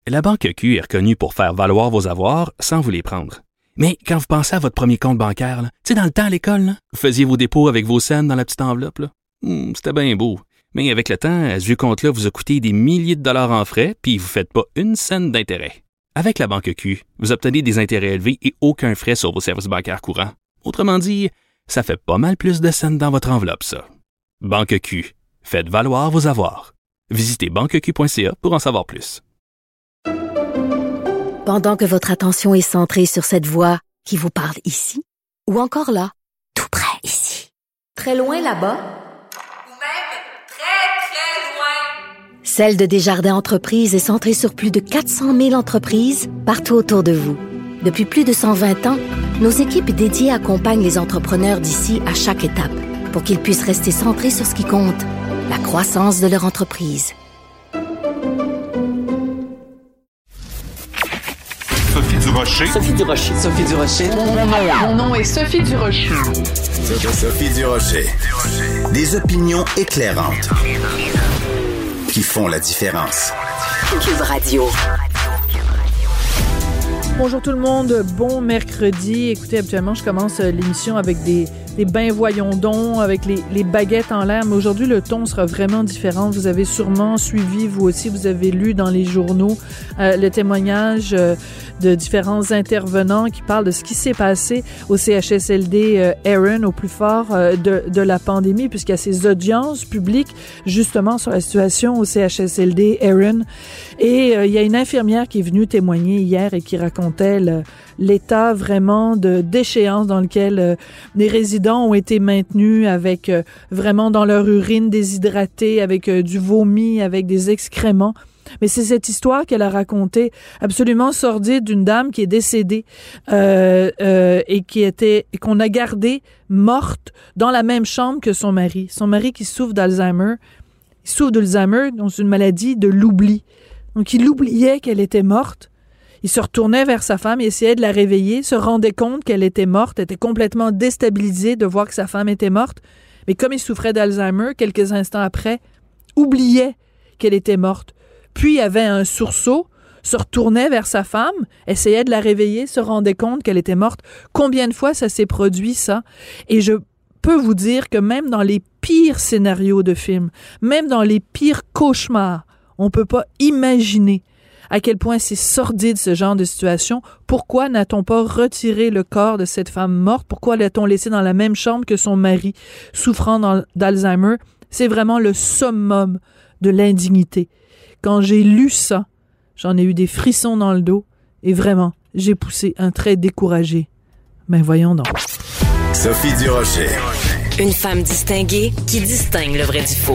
La Banque Q est reconnue pour faire valoir vos avoirs sans vous les prendre. Mais quand vous pensez à votre premier compte bancaire, tu sais, dans le temps à l'école, là, vous faisiez vos dépôts avec vos scènes dans la petite enveloppe. Là. C'était bien beau. Mais avec le temps, ce vieux compte-là vous a coûté des milliers de dollars en frais, puis vous ne faites pas une scène d'intérêt. Avec la Banque Q, vous obtenez des intérêts élevés et aucun frais sur vos services bancaires courants. Autrement dit, ça fait pas mal plus de scènes dans votre enveloppe, ça. Banque Q. Faites valoir vos avoirs. Visitez banqueq.ca pour en savoir plus. Pendant que votre attention est centrée sur cette voix qui vous parle ici, ou encore là, tout près ici, très loin là-bas, ou même très, très loin. Celle de Desjardins Entreprises est centrée sur plus de 400 000 entreprises partout autour de vous. Depuis plus de 120 ans, nos équipes dédiées accompagnent les entrepreneurs d'ici à chaque étape pour qu'ils puissent rester centrés sur ce qui compte, la croissance de leur entreprise. Sophie Durocher. Sophie Durocher. Sophie Durocher. Mon nom est Sophie Durocher. Sophie Durocher. Des opinions éclairantes qui font la différence. Cube Radio. Bonjour tout le monde, bon mercredi. Écoutez, habituellement, je commence l'émission avec des ben voyons donc, avec les baguettes en l'air, mais aujourd'hui, le ton sera vraiment différent. Vous avez sûrement suivi, vous aussi, vous avez lu dans les journaux le témoignage de différents intervenants qui parlent de ce qui s'est passé au CHSLD Erin, au plus fort de la pandémie, puisqu'il y a ces audiences publiques, justement, sur la situation au CHSLD Erin. Et il y a une infirmière qui est venue témoigner hier et qui racontait l'état vraiment de déchéance dans lequel les résidents ont été maintenus avec vraiment dans leur urine déshydratée, avec du vomi, avec des excréments. Mais c'est cette histoire qu'elle a racontée, absolument sordide, d'une dame qui est décédée et qu'on a gardée morte dans la même chambre que son mari. Son mari qui souffre d'Alzheimer. Il souffre d'Alzheimer, donc une maladie de l'oubli. Donc il oubliait qu'elle était morte. Il se retournait vers sa femme, il essayait de la réveiller, se rendait compte qu'elle était morte, était complètement déstabilisé de voir que sa femme était morte. Mais comme il souffrait d'Alzheimer, quelques instants après, oubliait qu'elle était morte. Puis avait un sursaut, se retournait vers sa femme, essayait de la réveiller, se rendait compte qu'elle était morte. Combien de fois ça s'est produit, ça? Et je peux vous dire que même dans les pires scénarios de films, même dans les pires cauchemars, on peut pas imaginer à quel point c'est sordide ce genre de situation. Pourquoi n'a-t-on pas retiré le corps de cette femme morte? Pourquoi l'a-t-on laissé dans la même chambre que son mari souffrant d'Alzheimer? C'est vraiment le summum de l'indignité. Quand j'ai lu ça, j'en ai eu des frissons dans le dos et vraiment, j'ai poussé un trait découragé. Ben voyons donc. Sophie Durocher. Une femme distinguée qui distingue le vrai du faux.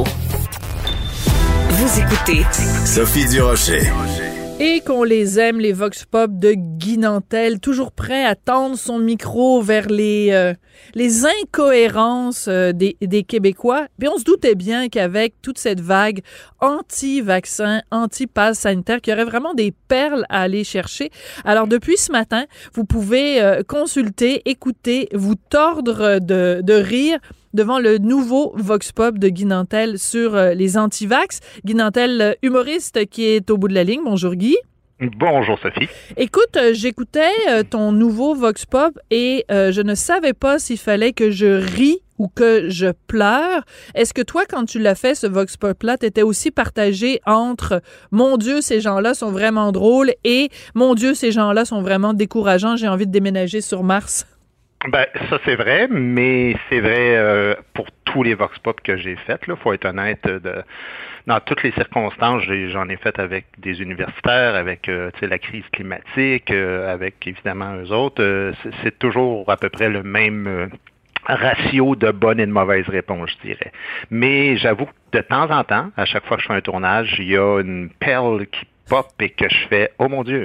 Vous écoutez Sophie Durocher. Et qu'on les aime, les Vox Pop de Guy Nantel, toujours prêt à tendre son micro vers les incohérences des Québécois. Puis on se doutait bien qu'avec toute cette vague anti-vaccin, anti-pass sanitaire, qu'il y aurait vraiment des perles à aller chercher. Alors depuis ce matin, vous pouvez consulter, écouter, vous tordre de rire devant le nouveau Vox Pop de Guy Nantel sur les anti-vax. Guy Nantel, humoriste qui est au bout de la ligne. Bonjour Guy. Bonjour Sophie. Écoute, j'écoutais ton nouveau Vox Pop et je ne savais pas s'il fallait que je rie ou que je pleure. Est-ce que toi, quand tu l'as fait, ce Vox Pop-là, t'étais aussi partagé entre « Mon Dieu, ces gens-là sont vraiment drôles » et « Mon Dieu, ces gens-là sont vraiment décourageants, j'ai envie de déménager sur Mars ». Ben, ça c'est vrai, mais c'est vrai pour tous les Vox Pop que j'ai faits. Il faut être honnête, dans toutes les circonstances, j'en ai fait avec des universitaires, avec la crise climatique, avec évidemment eux autres. C'est toujours à peu près le même ratio de bonnes et de mauvaises réponses, je dirais. Mais j'avoue que de temps en temps, à chaque fois que je fais un tournage, il y a une perle qui pop et que je fais « Oh mon Dieu! »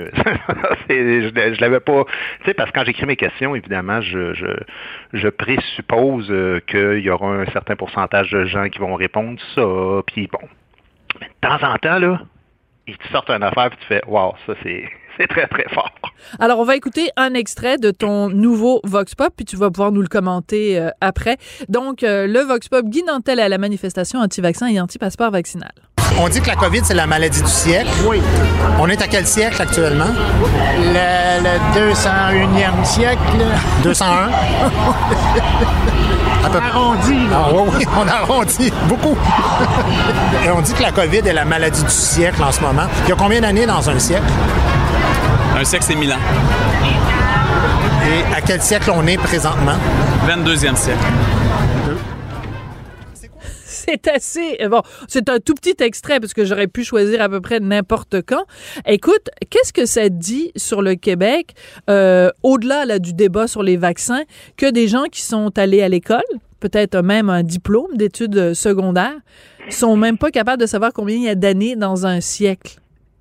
Je l'avais pas... Tu sais, parce que quand j'écris mes questions, évidemment, je présuppose qu'il y aura un certain pourcentage de gens qui vont répondre ça, puis bon. Mais de temps en temps, là, ils te sortent une affaire puis tu fais « Wow, ça c'est très, très fort. » Alors, on va écouter un extrait de ton nouveau Vox Pop, puis tu vas pouvoir nous le commenter après. Donc, le Vox Pop, Guy Nantel à la manifestation anti-vaccin et anti-passeport vaccinal. On dit que la COVID, c'est la maladie du siècle. Oui. On est à quel siècle actuellement? Le 201e siècle. 201? On arrondit, là. Ah, oui, on arrondit beaucoup. Et on dit que la COVID est la maladie du siècle en ce moment. Il y a combien d'années dans un siècle? Un siècle, c'est 1000 ans. Et à quel siècle on est présentement? 22e siècle. C'est assez... Bon, c'est un tout petit extrait parce que j'aurais pu choisir à peu près n'importe quand. Écoute, qu'est-ce que ça dit sur le Québec, au-delà là, du débat sur les vaccins, que des gens qui sont allés à l'école, peut-être même un diplôme d'études secondaires, sont même pas capables de savoir combien il y a d'années dans un siècle?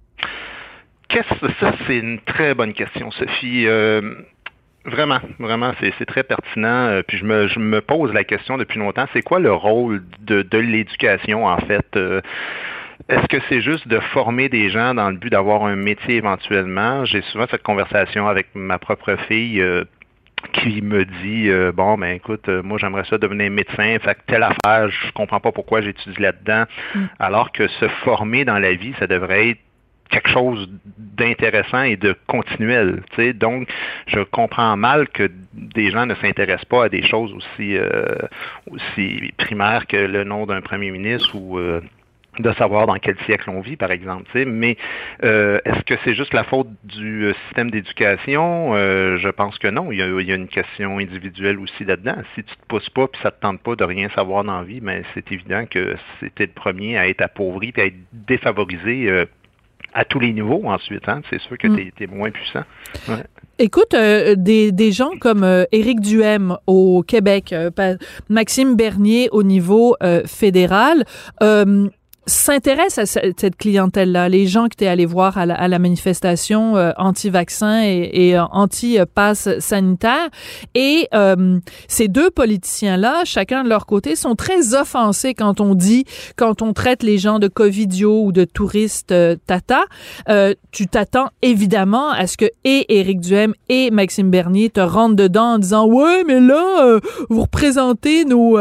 Ça, c'est une très bonne question, Sophie. Vraiment, c'est très pertinent. Puis je me pose la question depuis longtemps, c'est quoi le rôle de l'éducation, en fait? Est-ce que c'est juste de former des gens dans le but d'avoir un métier éventuellement? J'ai souvent cette conversation avec ma propre fille qui me dit écoute, moi j'aimerais ça devenir médecin, fait que telle affaire, je comprends pas pourquoi j'étudie là-dedans. Alors que se former dans la vie, ça devrait être quelque chose d'intéressant et de continuel. T'sais. Donc, je comprends mal que des gens ne s'intéressent pas à des choses aussi primaires que le nom d'un premier ministre ou de savoir dans quel siècle on vit, par exemple. T'sais. Mais est-ce que c'est juste la faute du système d'éducation? Je pense que non. Il y a une question individuelle aussi là-dedans. Si tu te pousses pas puis ça te tente pas de rien savoir dans la vie, mais c'est évident que c'était le premier à être appauvri et à être défavorisé à tous les niveaux ensuite, hein? C'est sûr que t'es moins puissant. Ouais. Écoute, des gens comme Éric Duhaime au Québec, Maxime Bernier au niveau fédéral, s'intéressent à cette clientèle-là, les gens qui étaient allés voir à la manifestation anti-vaccin et anti-pass sanitaire. Et ces deux politiciens-là, chacun de leur côté, sont très offensés quand on traite les gens de covidios ou de touristes tata. Tu t'attends évidemment à ce que Éric Duhaime et Maxime Bernier te rentrent dedans en disant « Ouais, mais là, vous représentez nos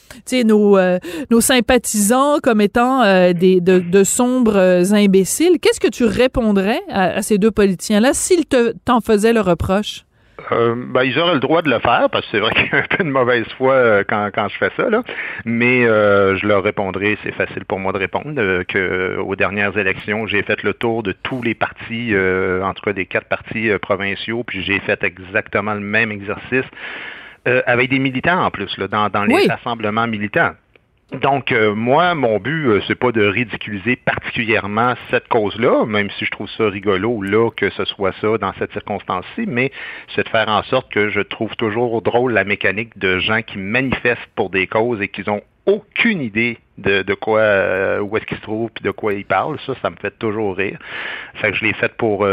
sympathisants comme étant de sombres imbéciles. » Qu'est-ce que tu répondrais à ces deux politiciens-là s'ils t'en faisaient le reproche? Ils auraient le droit de le faire, parce que c'est vrai qu'il y a un peu de mauvaise foi quand je fais ça, là. Mais je leur répondrai, c'est facile pour moi de répondre, que aux dernières élections, j'ai fait le tour de tous les partis, en tout cas des 4 partis provinciaux, puis j'ai fait exactement le même exercice avec des militants en plus, là, dans les rassemblements militants. Donc, moi, mon but, c'est pas de ridiculiser particulièrement cette cause-là, même si je trouve ça rigolo, là, que ce soit ça dans cette circonstance-ci, mais c'est de faire en sorte que je trouve toujours drôle la mécanique de gens qui manifestent pour des causes et qui n'ont aucune idée de quoi, où est-ce qu'ils se trouvent puis de quoi ils parlent. Ça me fait toujours rire. Fait que je l'ai fait pour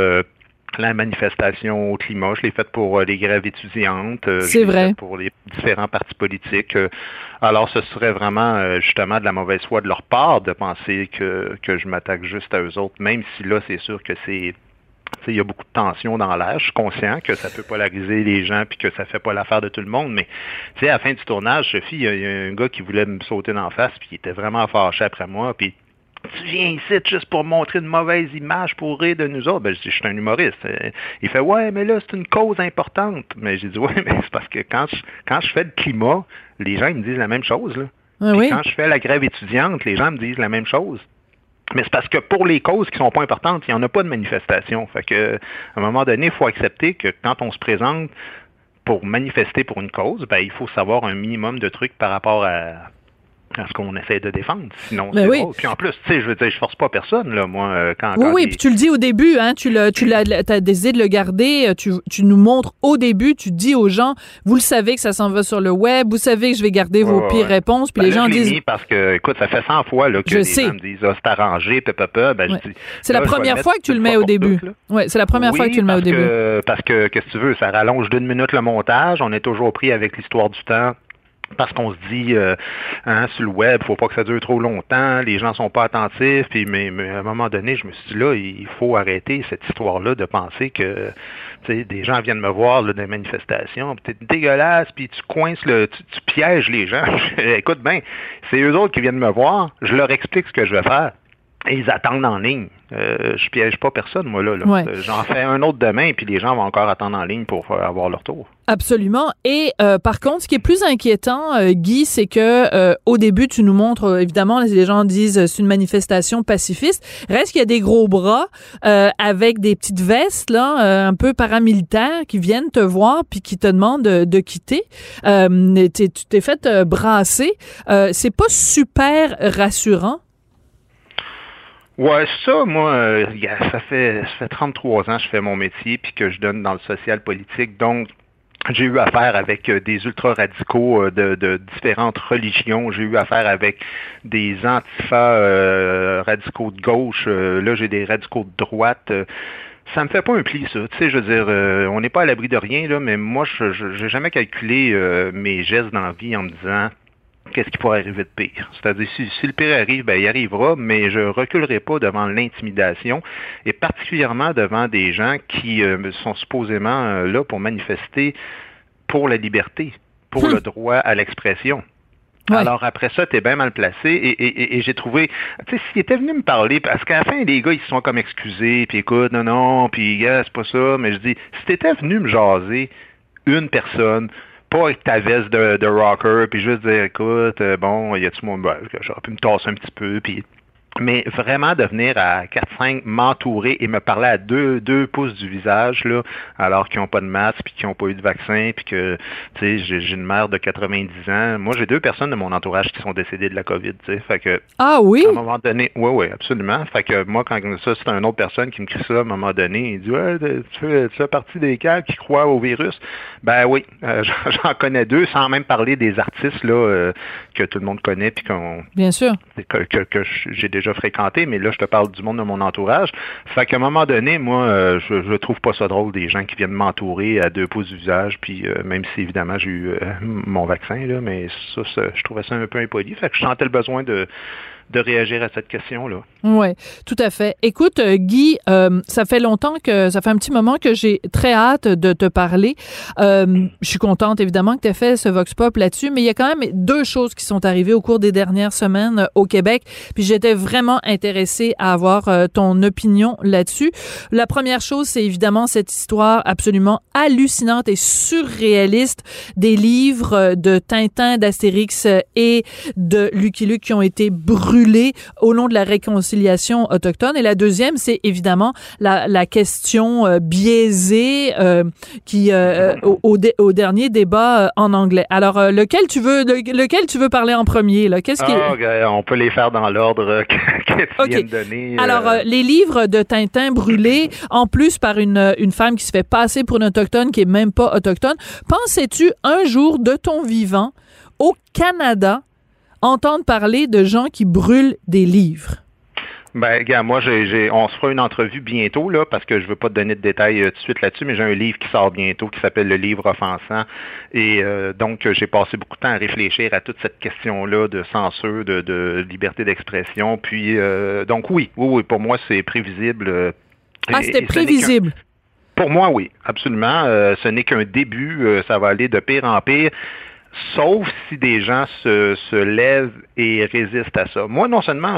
la manifestation au climat, je l'ai faite pour les grèves étudiantes, c'est vrai. Fait pour les différents partis politiques. Alors, ce serait vraiment justement de la mauvaise foi de leur part de penser que je m'attaque juste à eux autres, même si là, c'est sûr que il y a beaucoup de tension dans l'air. Je suis conscient que ça peut polariser les gens puis que ça fait pas l'affaire de tout le monde, mais à la fin du tournage, Sophie, il y a un gars qui voulait me sauter d'en face puis il était vraiment fâché après moi, puis tu viens ici juste pour montrer une mauvaise image pour rire de nous autres. Ben, je dis, je suis un humoriste. Il fait, ouais, mais là, c'est une cause importante. Mais j'ai dit, ouais, mais c'est parce que quand je fais le climat, les gens ils me disent la même chose, là. Oui. Quand je fais la grève étudiante, les gens me disent la même chose. Mais c'est parce que pour les causes qui sont pas importantes, il n'y en a pas de manifestation. Fait que, à un moment donné, il faut accepter que quand on se présente pour manifester pour une cause, ben, il faut savoir un minimum de trucs par rapport à ce qu'on essaie de défendre. Sinon, c'est drôle. Puis en plus, tu sais, je veux dire, je force pas personne, là, moi, quand puis tu le dis au début, hein, t'as décidé de le garder, tu nous montres au début, tu dis aux gens, vous le savez que ça s'en va sur le web, vous savez que je vais garder vos pires réponses, puis les gens disent... parce que, écoute, ça fait 100 fois, là, que les gens me disent, c'est arrangé, ben, je dis... C'est la première fois que tu le mets au début. Oui, c'est la première fois que tu le mets au début. Parce que, qu'est-ce que tu veux, ça rallonge d'1 minute le montage, on est toujours pris avec l'histoire du temps, parce qu'on se dit sur le web, faut pas que ça dure trop longtemps, les gens sont pas attentifs, puis mais à un moment donné, je me suis dit là, il faut arrêter cette histoire-là de penser que des gens viennent me voir là, dans les manifestations, puis t'es dégueulasse, puis tu coinces tu pièges les gens. Écoute bien, c'est eux autres qui viennent me voir, je leur explique ce que je vais faire. Et ils attendent en ligne. Je piège pas personne, moi, là. Ouais. J'en fais un autre demain, puis les gens vont encore attendre en ligne pour avoir leur tour. Absolument. Et par contre, ce qui est plus inquiétant, Guy, c'est que au début, tu nous montres, évidemment, les gens disent c'est une manifestation pacifiste. Reste qu'il y a des gros bras avec des petites vestes, là, un peu paramilitaires, qui viennent te voir puis qui te demandent de quitter. Tu t'es fait brasser. C'est pas super rassurant. Ouais, ça, moi, ça fait 33 ans que je fais mon métier puis que je donne dans le social politique. Donc, j'ai eu affaire avec des ultra-radicaux de différentes religions. J'ai eu affaire avec des antifa radicaux de gauche. Là, j'ai des radicaux de droite. Ça me fait pas un pli, ça. Tu sais, je veux dire, on n'est pas à l'abri de rien, là, mais moi, j'ai jamais calculé mes gestes dans la vie en me disant qu'est-ce qui pourrait arriver de pire. C'est-à-dire, si le pire arrive, ben il arrivera, mais je reculerai pas devant l'intimidation, et particulièrement devant des gens qui sont supposément là pour manifester pour la liberté, pour le droit à l'expression. Ouais. Alors, après ça, t'es bien mal placé, et j'ai trouvé, tu sais, s'il était venu me parler, parce qu'à la fin, les gars, ils se sont comme excusés, puis écoute, non, puis gars, c'est pas ça, mais je dis, si t'étais venu me jaser une personne, pas avec ta veste de rocker, puis juste dire, écoute, bon, y a-tu mon... Ben, j'aurais pu me tasser un petit peu, puis... Mais vraiment de venir à 4-5, m'entourer et me parler à 2 pouces du visage, là, alors qu'ils n'ont pas de masque, puis qu'ils n'ont pas eu de vaccin, puis que, tu sais, j'ai une mère de 90 ans. Moi, j'ai 2 personnes de mon entourage qui sont décédées de la COVID, tu sais. Fait que... Ah oui? À un moment donné... Oui, absolument. Fait que moi, quand ça, c'est une autre personne qui me crie ça, à un moment donné, il dit, ouais, tu fais partie des cas qui croient au virus. Ben oui, j'en connais 2, sans même parler des artistes, là, que tout le monde connaît, puis qu'on... Bien sûr. Que j'ai déjà fréquenté, mais là, je te parle du monde de mon entourage. Fait qu'à un moment donné, moi, je trouve pas ça drôle des gens qui viennent m'entourer à 2 pouces du visage, puis même si, évidemment, j'ai eu mon vaccin, là, mais ça, je trouvais ça un peu impoli. Fait que je sentais le besoin de réagir à cette question-là. Oui, tout à fait. Écoute, Guy, ça fait un petit moment que j'ai très hâte de te parler. Je suis contente, évidemment, que tu aies fait ce Vox Pop là-dessus, mais il y a quand même 2 choses qui sont arrivées au cours des dernières semaines au Québec, puis j'étais vraiment intéressée à avoir ton opinion là-dessus. La première chose, c'est évidemment cette histoire absolument hallucinante et surréaliste des livres de Tintin, d'Astérix et de Lucky Luke qui ont été brûlés au nom de la réconciliation autochtone. Et la deuxième, c'est évidemment la question biaisée qui au dernier débat en anglais. Alors, lequel tu veux parler en premier, là? On peut les faire dans l'ordre que tu viens de donner. Alors, les livres de Tintin brûlés, en plus par une femme qui se fait passer pour une autochtone qui est même pas autochtone. Pensais-tu un jour de ton vivant au Canada entendre parler de gens qui brûlent des livres? Ben, gars, moi, on se fera une entrevue bientôt, là, parce que je veux pas te donner de détails tout de suite là-dessus, mais j'ai un livre qui sort bientôt qui s'appelle Le livre offensant. Et donc, j'ai passé beaucoup de temps à réfléchir à toute cette question-là de censure, de liberté d'expression. Puis, donc, oui, pour moi, c'est prévisible. C'était prévisible. Pour moi, oui, absolument. Ce n'est qu'un début. Ça va aller de pire en pire. Sauf si des gens se lèvent et résistent à ça. Moi, non seulement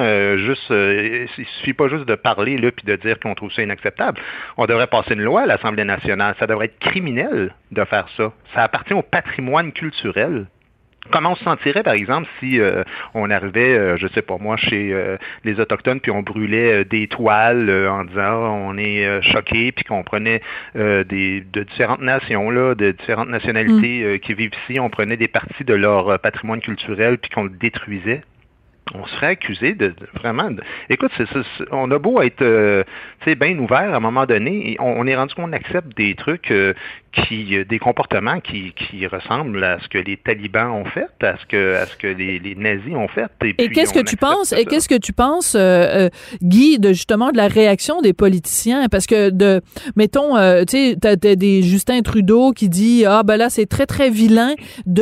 il suffit pas juste de parler là puis de dire qu'on trouve ça inacceptable. On devrait passer une loi à l'Assemblée nationale. Ça devrait être criminel de faire ça. Ça appartient au patrimoine culturel. Comment on se sentirait, par exemple, si on arrivait, je sais pas moi, chez les Autochtones, puis on brûlait des toiles en disant on est choqués, puis qu'on prenait de différentes nations, là, de différentes nationalités qui vivent ici, on prenait des parties de leur patrimoine culturel, puis qu'on le détruisait. On serait accusé vraiment... Écoute, on a beau être bien ouvert à un moment donné, on est rendu qu'on accepte des trucs des comportements qui ressemblent à ce que les talibans ont fait, à ce que les nazis ont fait. Et qu'est-ce que tu penses, Guy, justement de la réaction des politiciens? Parce que mettons, tu sais, t'as des Justin Trudeau qui dit ben là c'est très très vilain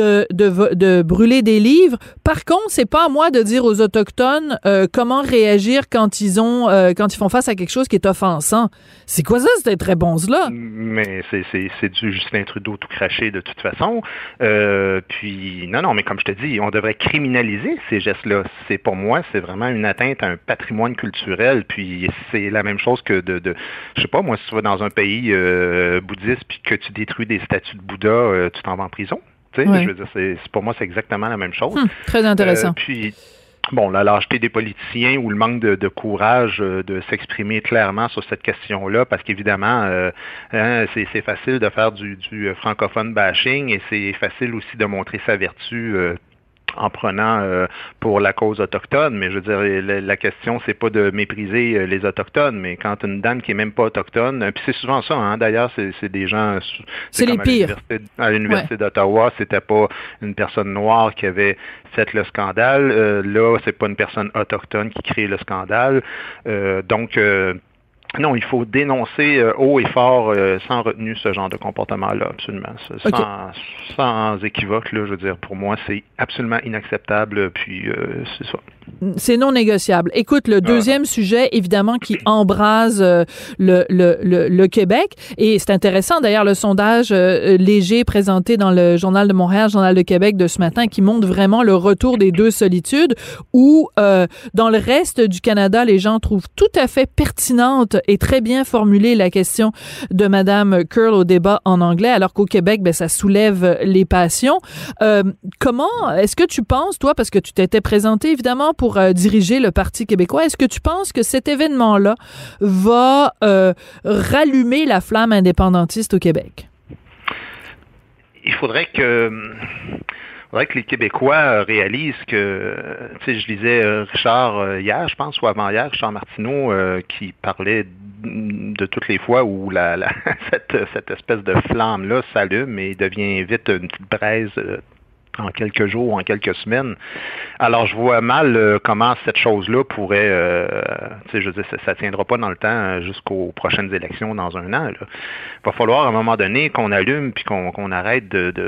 de brûler des livres. Par contre, c'est pas à moi de dire aux Autochtones comment réagir quand ils font face à quelque chose qui est offensant. C'est quoi ça, cette réponse-là? Mais c'est du entendu Justin Trudeau tout cracher de toute façon. Puis, non, mais comme je te dis, on devrait criminaliser ces gestes-là. Pour moi, c'est vraiment une atteinte à un patrimoine culturel. Puis, c'est la même chose que je sais pas, moi, si tu vas dans un pays bouddhiste puis que tu détruis des statues de Bouddha, tu t'en vas en prison. Tu sais, je veux dire, pour moi, c'est exactement la même chose. Très intéressant. Puis, bon, la lâcheté des politiciens ou le manque de courage de s'exprimer clairement sur cette question-là, parce qu'évidemment, c'est facile de faire du francophone bashing et c'est facile aussi de montrer sa vertu en prenant pour la cause autochtone, mais je veux dire, la question, c'est pas de mépriser les Autochtones, mais quand une dame qui est même pas autochtone, puis c'est souvent ça, hein, d'ailleurs, c'est des gens... C'est les pires. À l'Université d'Ottawa, c'était pas une personne noire qui avait fait le scandale, là, c'est pas une personne autochtone qui crée le scandale, donc... non, il faut dénoncer haut et fort, sans retenue, ce genre de comportement-là, absolument. Sans équivoque, là, je veux dire, pour moi, c'est absolument inacceptable, puis c'est ça. C'est non négociable. Écoute, le deuxième sujet, évidemment, qui embrase le Québec, et c'est intéressant, d'ailleurs, le sondage léger présenté dans le Journal de Montréal, Journal de Québec de ce matin, qui montre vraiment le retour des deux solitudes, où, dans le reste du Canada, les gens trouvent tout à fait pertinente et très bien formulée la question de Madame Curl au débat en anglais, alors qu'au Québec, ça soulève les passions. Comment est-ce que tu penses, toi, parce que tu t'étais présenté évidemment pour diriger le Parti québécois, est-ce que tu penses que cet événement-là va rallumer la flamme indépendantiste au Québec? Il faudrait que les Québécois réalisent que, tu sais, je lisais Richard hier, je pense, ou avant-hier, Richard Martineau, qui parlait de toutes les fois où cette espèce de flamme-là s'allume et devient vite une petite braise en quelques jours, en quelques semaines. Alors, je vois mal comment cette chose-là pourrait, tu sais, je veux dire, ça tiendra pas dans le temps jusqu'aux prochaines élections dans un an, là. Il va falloir à un moment donné qu'on allume puis qu'on arrête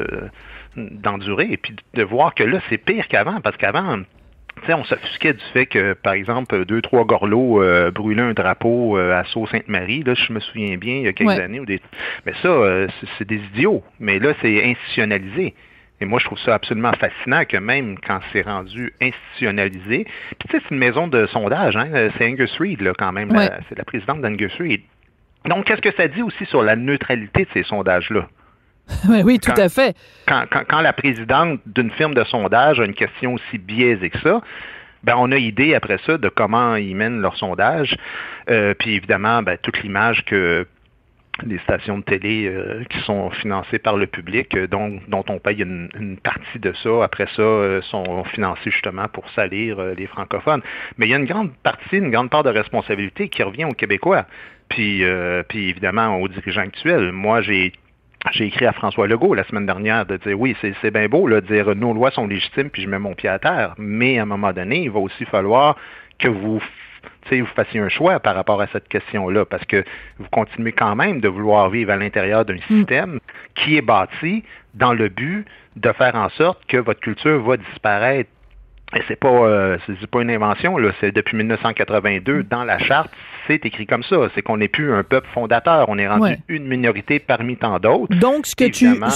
d'endurer et puis de voir que là, c'est pire qu'avant, parce qu'avant, tu sais, on s'offusquait du fait que, par exemple, 2-3 gorlots brûlaient un drapeau à Sault-Sainte-Marie, là, je me souviens bien, il y a quelques années. Mais ça, c'est des idiots. Mais là, c'est institutionnalisé. Et moi, je trouve ça absolument fascinant que même quand c'est rendu institutionnalisé, puis tu sais, c'est une maison de sondage, hein, c'est Angus Reid, là, quand même, c'est la présidente d'Angus Reid. Donc, qu'est-ce que ça dit aussi sur la neutralité de ces sondages-là? Oui, tout à fait. Quand la présidente d'une firme de sondage a une question aussi biaisée que ça, on a idée après ça de comment ils mènent leur sondage. Puis évidemment, toute l'image que les stations de télé qui sont financées par le public, dont on paye une partie de ça, après ça, sont financées justement pour salir les francophones. Mais il y a une grande part de responsabilité qui revient aux Québécois. Puis évidemment aux dirigeants actuels. Moi, j'ai écrit à François Legault la semaine dernière de dire oui, c'est bien beau là, de dire nos lois sont légitimes puis je mets mon pied à terre, mais à un moment donné, il va aussi falloir que vous fassiez un choix par rapport à cette question-là, parce que vous continuez quand même de vouloir vivre à l'intérieur d'un système qui est bâti dans le but de faire en sorte que votre culture va disparaître. Et c'est pas une invention, là, c'est depuis 1982, dans la charte, c'est écrit comme ça. C'est qu'on n'est plus un peuple fondateur, on est rendu une minorité parmi tant d'autres. Donc, ce que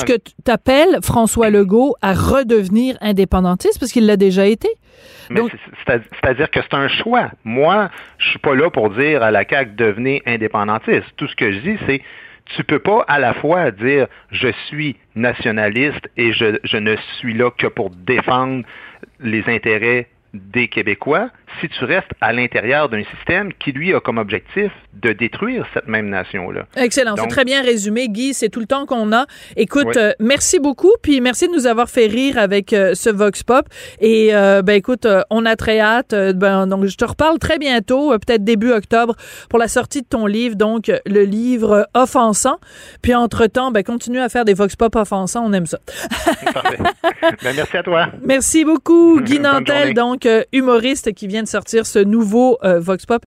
tu appelles François Legault à redevenir indépendantiste, parce qu'il l'a déjà été. Mais donc, c'est-à-dire que c'est un choix. Moi, je suis pas là pour dire à la CAQ devenez indépendantiste. Tout ce que je dis, c'est tu peux pas à la fois dire je suis nationaliste et je ne suis là que pour défendre les intérêts des Québécois si tu restes à l'intérieur d'un système qui, lui, a comme objectif de détruire cette même nation-là. Excellent. Donc, c'est très bien résumé, Guy. C'est tout le temps qu'on a. Écoute, merci beaucoup, puis merci de nous avoir fait rire avec ce Vox Pop. Et, écoute, on a très hâte. Donc, je te reparle très bientôt, peut-être début octobre, pour la sortie de ton livre, donc le livre Offensant. Puis, entre-temps, continue à faire des Vox Pop offensants. On aime ça. Parfait. Merci à toi. Merci beaucoup, Guy Nantel, donc humoriste qui vient de sortir ce nouveau Vox Pop.